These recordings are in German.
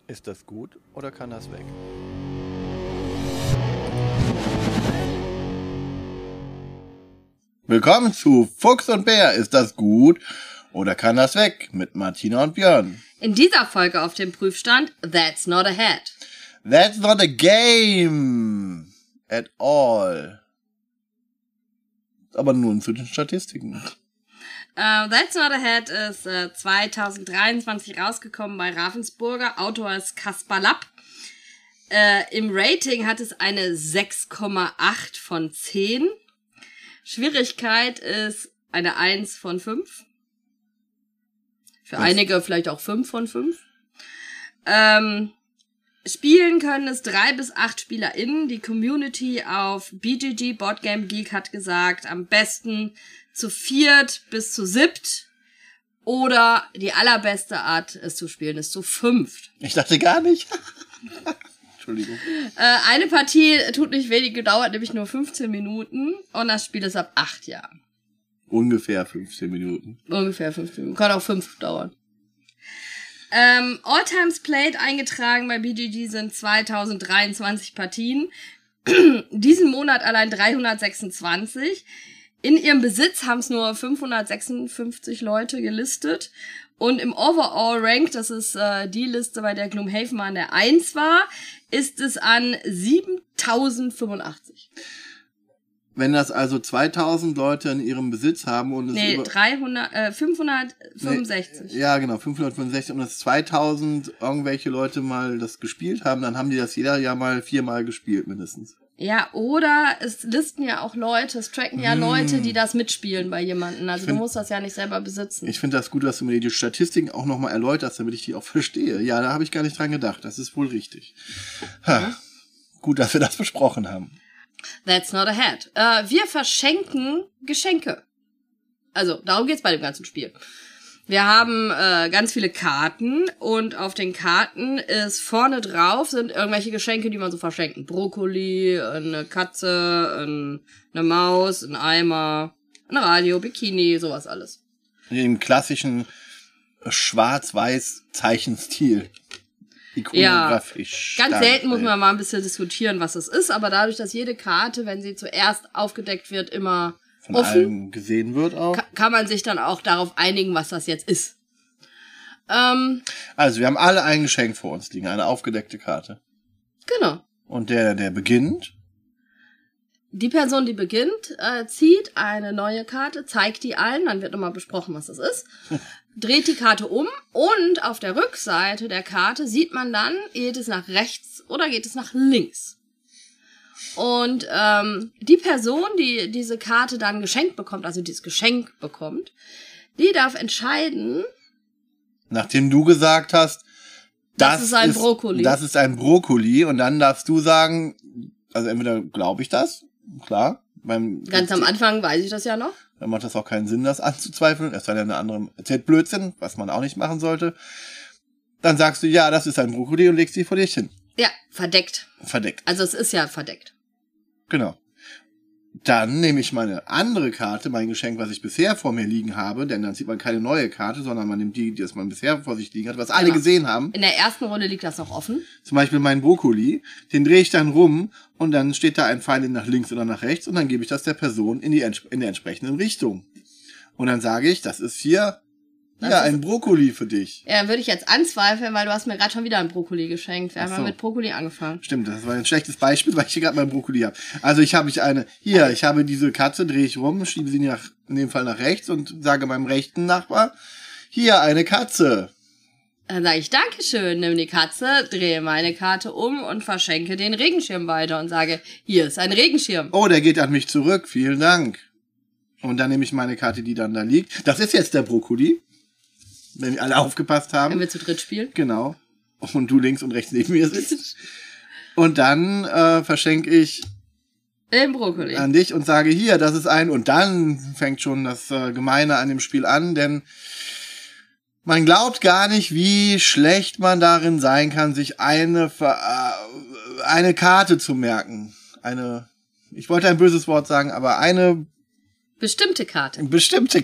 Ist das gut oder kann das weg? Willkommen zu Fuchs und Bär. Ist das gut oder kann das weg? Mit Martina und Björn. In dieser Folge auf dem Prüfstand That's Not a Hat. That's not a game at all. Aber nur zu den Statistiken. That's Not a Hat ist 2023 rausgekommen bei Ravensburger. Autor ist Kaspar Lapp. Im Rating hat es eine 6,8 von 10. Schwierigkeit ist eine 1 von 5. Für einige vielleicht auch 5 von 5. Spielen können es 3 bis 8 SpielerInnen. Die Community auf BGG, Board Game Geek, hat gesagt, am besten zu 4 bis zu 7. Oder die allerbeste Art, es zu spielen, ist zu 5. Ich dachte gar nicht. Entschuldigung. Eine Partie tut nicht wenig gedauert, nämlich nur 15 Minuten. Und das Spiel ist ab 8 Jahren. Ungefähr 15 Minuten. Ungefähr 15 Minuten. Kann auch 5 dauern. All Times Played eingetragen bei BGG sind 2023 Partien. Diesen Monat allein 326. In ihrem Besitz haben es nur 556 Leute gelistet. Und im Overall Rank, das ist die Liste, bei der Gloomhaven an der 1 war, ist es an 7085. Wenn das also 2000 Leute in ihrem Besitz haben und es 565. Ja, genau, 565 und es 2000 irgendwelche Leute mal das gespielt haben, dann haben die das jeder Jahr mal 4-mal gespielt mindestens. Ja, oder es listen ja auch Leute, es tracken ja Leute, die das mitspielen bei jemandem. Also du musst das ja nicht selber besitzen. Ich finde das gut, dass du mir die Statistiken auch nochmal erläuterst, damit ich die auch verstehe. Ja, da habe ich gar nicht dran gedacht. Das ist wohl richtig. Gut, dass wir das besprochen haben. That's not a hat. Wir verschenken Geschenke. Also, darum geht's bei dem ganzen Spiel. Wir haben ganz viele Karten und auf den Karten ist vorne drauf sind irgendwelche Geschenke, die man so verschenkt. Brokkoli, eine Katze, eine Maus, ein Eimer, ein Radio, Bikini, sowas alles. Im klassischen Schwarz-Weiß-Zeichenstil. Ikonografisch. Ja, ganz selten muss man mal ein bisschen diskutieren, was es ist, aber dadurch, dass jede Karte, wenn sie zuerst aufgedeckt wird, immer von offen allen gesehen wird auch. Kann man sich dann auch darauf einigen, was das jetzt ist. Also, wir haben alle ein Geschenk vor uns liegen, eine aufgedeckte Karte. Genau. Und der beginnt? Die Person, die beginnt, zieht eine neue Karte, zeigt die allen, dann wird nochmal besprochen, was das ist, dreht die Karte um und auf der Rückseite der Karte sieht man dann, geht es nach rechts oder geht es nach links. Und die Person, die diese Karte dann geschenkt bekommt, also dieses Geschenk bekommt, die darf entscheiden. Nachdem du gesagt hast, das ist ein Brokkoli. Das ist ein Brokkoli und dann darfst du sagen, also entweder glaube ich das, klar. Ganz am Anfang weiß ich das ja noch. Dann macht das auch keinen Sinn, das anzuzweifeln. Es sei denn, eine andere erzählt Blödsinn, was man auch nicht machen sollte. Dann sagst du, ja, das ist ein Brokkoli und legst sie vor dich hin. Ja, verdeckt. Verdeckt. Also es ist ja verdeckt. Genau. Dann nehme ich meine andere Karte, mein Geschenk, was ich bisher vor mir liegen habe, denn dann sieht man keine neue Karte, sondern man nimmt die das man bisher vor sich liegen hat, was alle gesehen haben. In der ersten Runde liegt das noch offen. Zum Beispiel mein Brokkoli, den drehe ich dann rum und dann steht da ein Pfeil nach links oder nach rechts und dann gebe ich das der Person in der entsprechenden Richtung. Und dann sage ich, das ist hier ein Brokkoli für dich. Ja, dann würde ich jetzt anzweifeln, weil du hast mir gerade schon wieder ein Brokkoli geschenkt. Wir haben ja mit Brokkoli angefangen. Stimmt, das war ein schlechtes Beispiel, weil ich hier gerade mein Brokkoli habe. Also ich habe diese Katze, drehe ich rum, schiebe sie in dem Fall nach rechts und sage meinem rechten Nachbar, hier eine Katze. Dann sage ich Dankeschön, nimm die Katze, drehe meine Karte um und verschenke den Regenschirm weiter und sage, hier ist ein Regenschirm. Oh, der geht an mich zurück, vielen Dank. Und dann nehme ich meine Karte, die dann da liegt. Das ist jetzt der Brokkoli. Wenn wir alle aufgepasst haben. Wenn wir zu dritt spielen. Genau. Und du links und rechts neben mir sitzt. Und dann verschenke ich den Brokkoli an dich und sage, hier, das ist ein... Und dann fängt schon das Gemeine an dem Spiel an, denn man glaubt gar nicht, wie schlecht man darin sein kann, sich eine Karte zu merken. Ich wollte ein böses Wort sagen, aber eine... Bestimmte Karte,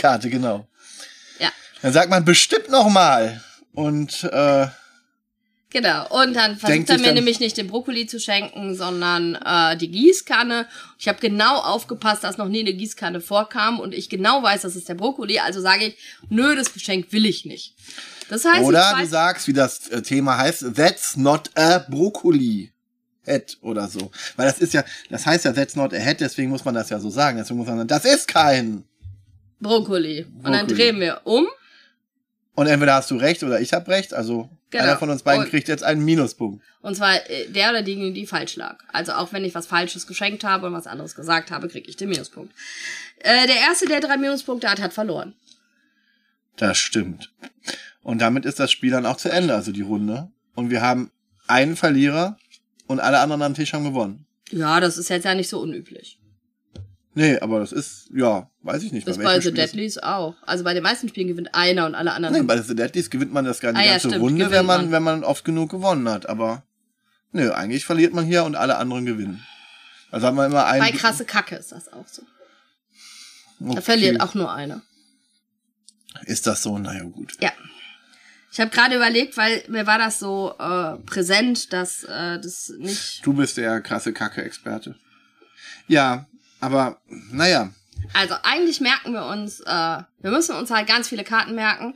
genau. Ja. Dann sagt man bestimmt noch mal. Und Genau, und dann versucht er mir nämlich nicht den Brokkoli zu schenken, sondern die Gießkanne. Ich habe genau aufgepasst, dass noch nie eine Gießkanne vorkam und ich genau weiß, das ist der Brokkoli. Also sage ich, nö, das Geschenk will ich nicht. Das heißt, oder du sagst, wie das Thema heißt, that's not a Brokkoli. Head oder so. Weil das heißt ja that's not a head, deswegen muss man das ja so sagen. Deswegen muss man sagen, das ist kein Brokkoli. Und dann drehen wir um. Und entweder hast du recht oder ich habe recht. Also einer von uns beiden kriegt jetzt einen Minuspunkt. Und zwar der oder diejenige, die falsch lag. Also auch wenn ich was Falsches geschenkt habe und was anderes gesagt habe, kriege ich den Minuspunkt. Der Erste, der 3 Minuspunkte hat verloren. Das stimmt. Und damit ist das Spiel dann auch zu Ende, also die Runde. Und wir haben einen Verlierer und alle anderen am Tisch haben gewonnen. Ja, das ist jetzt ja nicht so unüblich. Nee, aber das ist, ja, weiß ich nicht. Das bei The Deadlies auch. Also bei den meisten Spielen gewinnt einer und alle anderen. Nee, bei The Deadlies gewinnt man das gar nicht ganze Runde, wenn man oft genug gewonnen hat. Aber, nö, eigentlich verliert man hier und alle anderen gewinnen. Also haben wir immer einen. Bei krasse Kacke ist das auch so. Okay. Da verliert auch nur einer. Ist das so? Naja, gut. Ja. Ich habe gerade überlegt, weil mir war das so präsent, dass das nicht... Du bist der krasse Kacke-Experte. Ja, aber, naja. Also eigentlich merken wir uns, wir müssen uns halt ganz viele Karten merken,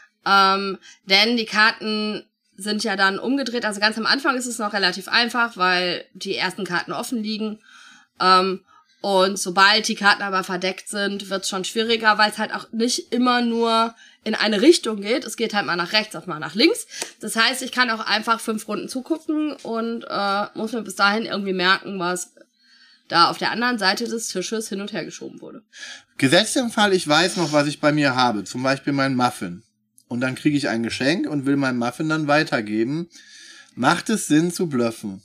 denn die Karten sind ja dann umgedreht. Also ganz am Anfang ist es noch relativ einfach, weil die ersten Karten offen liegen. Und sobald die Karten aber verdeckt sind, wird es schon schwieriger, weil es halt auch nicht immer nur in eine Richtung geht. Es geht halt mal nach rechts, auch mal nach links. Das heißt, ich kann auch einfach 5 Runden zugucken und muss mir bis dahin irgendwie merken, was da auf der anderen Seite des Tisches hin und her geschoben wurde. Gesetzt im Fall, ich weiß noch, was ich bei mir habe. Zum Beispiel mein Muffin. Und dann kriege ich ein Geschenk und will meinen Muffin dann weitergeben. Macht es Sinn zu bluffen?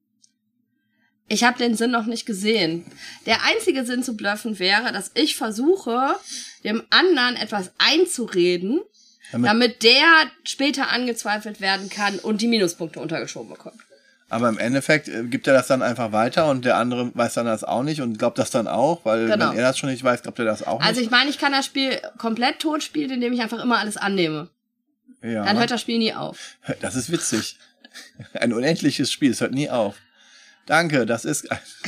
Ich habe den Sinn noch nicht gesehen. Der einzige Sinn zu bluffen wäre, dass ich versuche, dem anderen etwas einzureden, damit der später angezweifelt werden kann und die Minuspunkte untergeschoben bekommt. Aber im Endeffekt gibt er das dann einfach weiter und der andere weiß dann das auch nicht und glaubt das dann auch, weil wenn er das schon nicht weiß, glaubt er das auch nicht. Also ich meine, ich kann das Spiel komplett tot spielen, indem ich einfach immer alles annehme. Ja. Dann hört das Spiel nie auf. Das ist witzig. Ein unendliches Spiel, es hört nie auf. Danke, das ist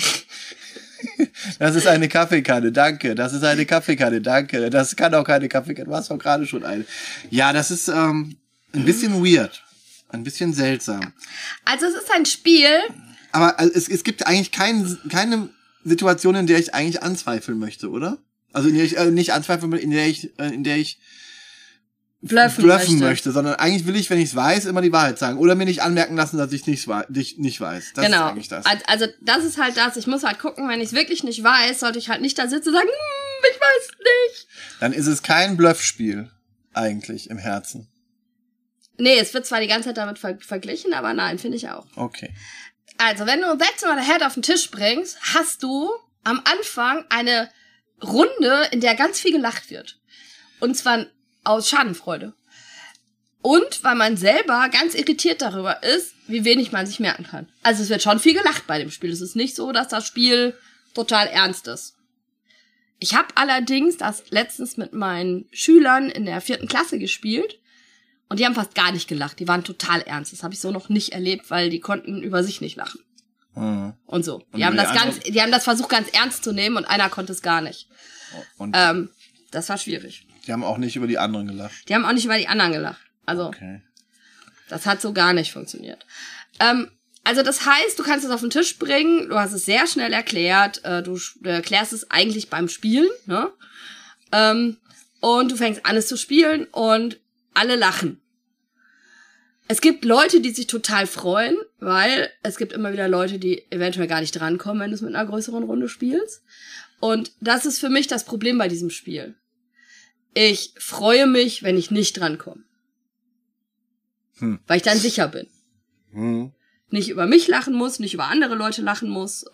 eine Kaffeekanne, danke. Das ist eine Kaffeekanne, danke. Das kann auch keine Kaffeekanne, du hast doch gerade schon eine. Ja, das ist ein bisschen weird. Ein bisschen seltsam. Also es ist ein Spiel. Aber es gibt eigentlich keine Situation, in der ich eigentlich anzweifeln möchte, oder? Also in der ich nicht anzweifeln möchte, in der ich bluffen möchte, sondern eigentlich will ich, wenn ich es weiß, immer die Wahrheit sagen. Oder mir nicht anmerken lassen, dass ich nicht weiß. Das ist eigentlich das. Also das ist halt das. Ich muss halt gucken, wenn ich es wirklich nicht weiß, sollte ich halt nicht da sitzen und sagen, ich weiß nicht. Dann ist es kein Bluffspiel, eigentlich, im Herzen. Nee, es wird zwar die ganze Zeit damit verglichen, aber nein, finde ich auch. Okay. Also, wenn du That's Not a Head auf den Tisch bringst, hast du am Anfang eine Runde, in der ganz viel gelacht wird. Und zwar aus Schadenfreude. Und weil man selber ganz irritiert darüber ist, wie wenig man sich merken kann. Also es wird schon viel gelacht bei dem Spiel. Es ist nicht so, dass das Spiel total ernst ist. Ich habe allerdings das letztens mit meinen Schülern in der 4. Klasse gespielt. Und die haben fast gar nicht gelacht. Die waren total ernst. Das habe ich so noch nicht erlebt, weil die konnten über sich nicht lachen. Mhm. Und so. Die haben das versucht ganz ernst zu nehmen und einer konnte es gar nicht. Und das war schwierig. Die haben auch nicht über die anderen gelacht. Die haben auch nicht über die anderen gelacht. Also, okay. Das hat so gar nicht funktioniert. Also das heißt, du kannst es auf den Tisch bringen, du hast es sehr schnell erklärt, du erklärst es eigentlich beim Spielen, ne? Und du fängst an, es zu spielen und alle lachen. Es gibt Leute, die sich total freuen, weil es gibt immer wieder Leute, die eventuell gar nicht drankommen, wenn du es mit einer größeren Runde spielst. Und das ist für mich das Problem bei diesem Spiel. Ich freue mich, wenn ich nicht drankomme. Weil ich dann sicher bin. Nicht über mich lachen muss, nicht über andere Leute lachen muss.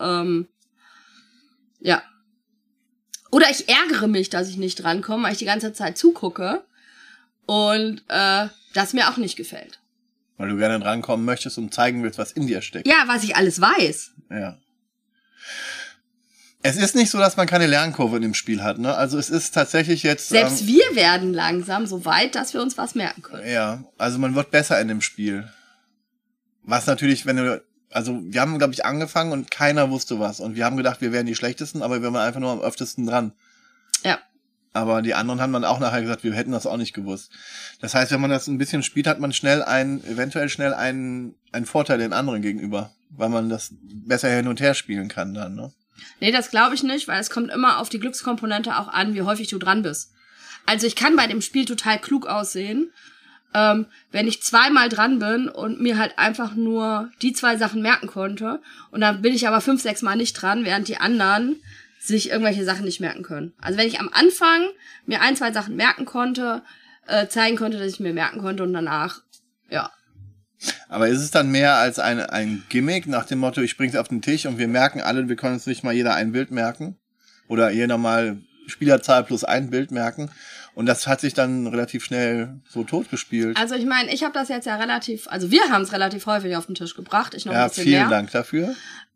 Ja. Oder ich ärgere mich, dass ich nicht drankomme, weil ich die ganze Zeit zugucke. Und das mir auch nicht gefällt. Weil du gerne drankommen möchtest und zeigen willst, was in dir steckt. Ja, was ich alles weiß. Ja. Es ist nicht so, dass man keine Lernkurve in dem Spiel hat, ne? Also es ist tatsächlich jetzt... Selbst wir werden langsam so weit, dass wir uns was merken können. Ja, also man wird besser in dem Spiel. Was natürlich, wir haben, glaube ich, angefangen und keiner wusste was. Und wir haben gedacht, wir wären die Schlechtesten, aber wir waren einfach nur am öftesten dran. Ja. Aber die anderen haben dann auch nachher gesagt, wir hätten das auch nicht gewusst. Das heißt, wenn man das ein bisschen spielt, hat man eventuell schnell einen Vorteil den anderen gegenüber. Weil man das besser hin und her spielen kann dann, ne? Nee, das glaube ich nicht, weil es kommt immer auf die Glückskomponente auch an, wie häufig du dran bist. Also ich kann bei dem Spiel total klug aussehen, wenn ich 2-mal dran bin und mir halt einfach nur die 2 Sachen merken konnte und dann bin ich aber 5-6 Mal nicht dran, während die anderen sich irgendwelche Sachen nicht merken können. Also wenn ich am Anfang mir 1-2 Sachen merken konnte, zeigen konnte, dass ich mir merken konnte und danach, ja. Aber ist es dann mehr als ein Gimmick nach dem Motto, ich bring's auf den Tisch und wir merken alle, wir können uns nicht mal jeder ein Bild merken? Oder jeder mal Spielerzahl plus ein Bild merken? Und das hat sich dann relativ schnell so totgespielt. Also ich meine, ich habe das jetzt ja wir haben es relativ häufig auf den Tisch gebracht. Ich noch ein bisschen vielen mehr. Dank dafür.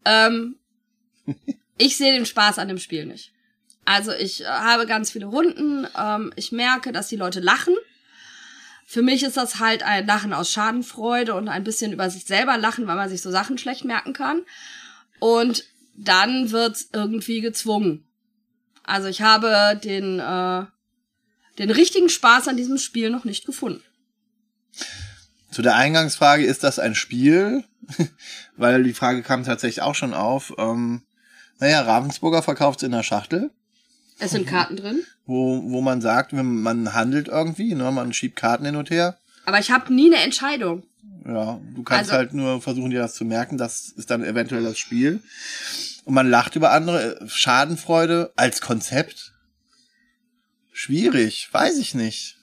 Ich sehe den Spaß an dem Spiel nicht. Also ich habe ganz viele Runden. Ich merke, dass die Leute lachen. Für mich ist das halt ein Lachen aus Schadenfreude und ein bisschen über sich selber lachen, weil man sich so Sachen schlecht merken kann. Und dann wird's irgendwie gezwungen. Also ich habe den richtigen Spaß an diesem Spiel noch nicht gefunden. Zu der Eingangsfrage, ist das ein Spiel? Weil die Frage kam tatsächlich auch schon auf. Ravensburger verkauft es in der Schachtel. Es sind Karten drin. Wo man sagt, man handelt irgendwie, ne? Man schiebt Karten hin und her. Aber ich habe nie eine Entscheidung. Ja, du kannst halt nur versuchen, dir das zu merken. Das ist dann eventuell das Spiel. Und man lacht über andere. Schadenfreude als Konzept? Schwierig, weiß ich nicht.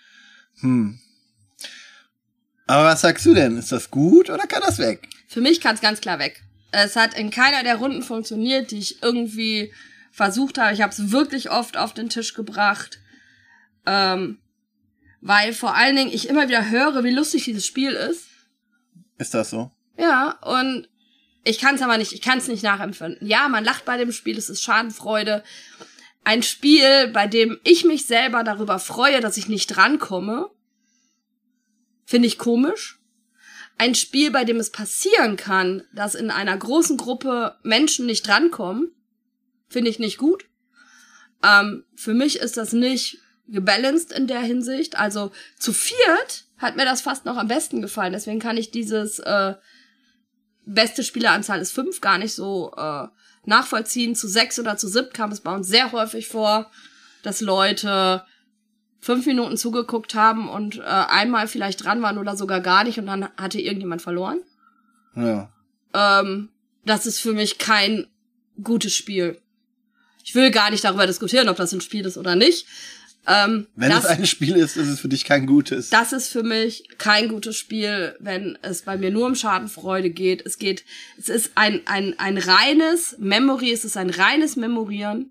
Aber was sagst du denn? Ist das gut oder kann das weg? Für mich kann es ganz klar weg. Es hat in keiner der Runden funktioniert, die ich irgendwie versucht habe. Ich habe es wirklich oft auf den Tisch gebracht, weil vor allen Dingen ich immer wieder höre, wie lustig dieses Spiel ist. Ist das so? Ja, und ich kann es nicht nachempfinden. Ja, man lacht bei dem Spiel, es ist Schadenfreude. Ein Spiel, bei dem ich mich selber darüber freue, dass ich nicht drankomme, finde ich komisch. Ein Spiel, bei dem es passieren kann, dass in einer großen Gruppe Menschen nicht drankommen, finde ich nicht gut. Für mich ist das nicht gebalanced in der Hinsicht. Also zu 4 hat mir das fast noch am besten gefallen. Deswegen kann ich dieses beste Spieleranzahl ist 5 gar nicht so nachvollziehen. Zu 6 oder zu 7 kam es bei uns sehr häufig vor, dass Leute 5 Minuten zugeguckt haben und einmal vielleicht dran waren oder sogar gar nicht und dann hatte irgendjemand verloren. Ja. Das ist für mich kein gutes Spiel. Ich will gar nicht darüber diskutieren, ob das ein Spiel ist oder nicht. Wenn es ein Spiel ist, ist es für dich kein gutes. Das ist für mich kein gutes Spiel, wenn es bei mir nur um Schadenfreude geht. Es ist ein reines Memory, es ist ein reines Memorieren.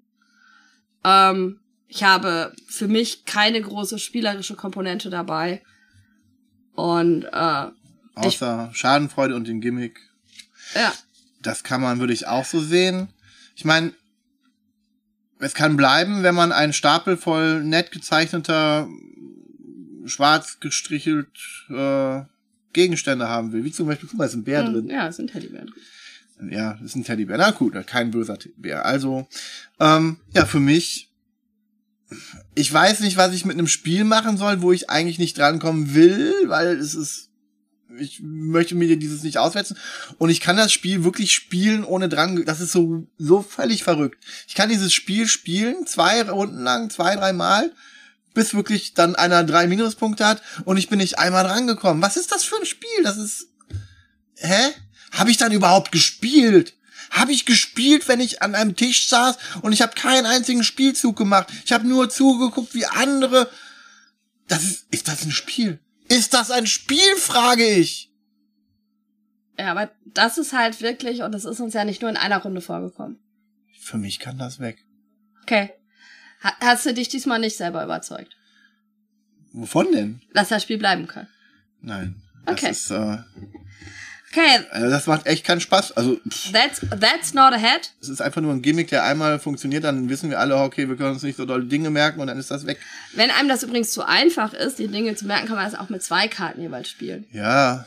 Ich habe für mich keine große spielerische Komponente dabei. Und außer Schadenfreude und den Gimmick. Ja. Das würde ich auch so sehen. Ich meine, es kann bleiben, wenn man einen Stapel voll nett gezeichneter, schwarz gestrichelt Gegenstände haben will. Wie zum Beispiel, guck mal, ist ein Bär drin. Ja, es sind Teddybären drin. Ja, ist ein Teddybär. Na gut, kein böser Bär. Also, für mich, ich weiß nicht, was ich mit einem Spiel machen soll, wo ich eigentlich nicht drankommen will, weil ich möchte mir dieses nicht auswetzen. Und ich kann das Spiel wirklich spielen, ohne dran, das ist so völlig verrückt. Ich kann dieses Spiel spielen, 2 Runden lang, 2-3 Mal, bis wirklich dann einer 3 Minuspunkte hat und ich bin nicht einmal dran gekommen. Was ist das für ein Spiel? Das ist, Habe ich dann überhaupt gespielt? Habe ich gespielt, wenn ich an einem Tisch saß und ich habe keinen einzigen Spielzug gemacht? Ich habe nur zugeguckt, wie andere... Ist das ein Spiel? Ist das ein Spiel, frage ich. Ja, aber das ist halt wirklich, und das ist uns ja nicht nur in einer Runde vorgekommen. Für mich kann das weg. Okay. Hast du dich diesmal nicht selber überzeugt? Wovon denn? Dass das Spiel bleiben kann. Nein. Okay. Das ist, okay. Also das macht echt keinen Spaß. Also That's not a head. Es ist einfach nur ein Gimmick, der einmal funktioniert, dann wissen wir alle, okay, wir können uns nicht so dolle Dinge merken und dann ist das weg. Wenn einem das übrigens zu einfach ist, die Dinge zu merken, kann man das auch mit 2 Karten jeweils spielen. Ja,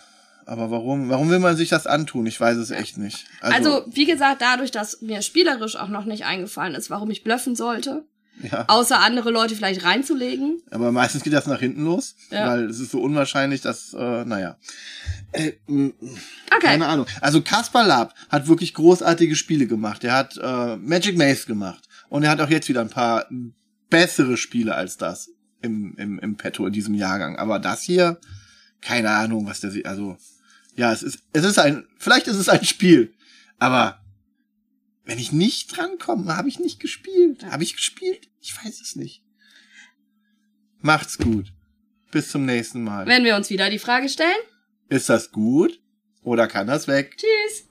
aber warum? Warum will man sich das antun? Ich weiß es echt nicht. Also, wie gesagt, dadurch, dass mir spielerisch auch noch nicht eingefallen ist, warum ich bluffen sollte, ja. außer andere Leute vielleicht reinzulegen. Aber meistens geht das nach hinten los, weil es ist so unwahrscheinlich, dass, naja. Okay. Keine Ahnung. Also Kaspar Lab hat wirklich großartige Spiele gemacht. Er hat Magic Maze gemacht. Und er hat auch jetzt wieder ein paar bessere Spiele als das im Petto in diesem Jahrgang. Aber das hier, keine Ahnung, was der sieht. Also, ja, vielleicht ist es ein Spiel. Aber wenn ich nicht drankomme, habe ich nicht gespielt. Habe ich gespielt? Ich weiß es nicht. Macht's gut. Bis zum nächsten Mal. Wenn wir uns wieder die Frage stellen. Ist das gut oder kann das weg? Tschüss.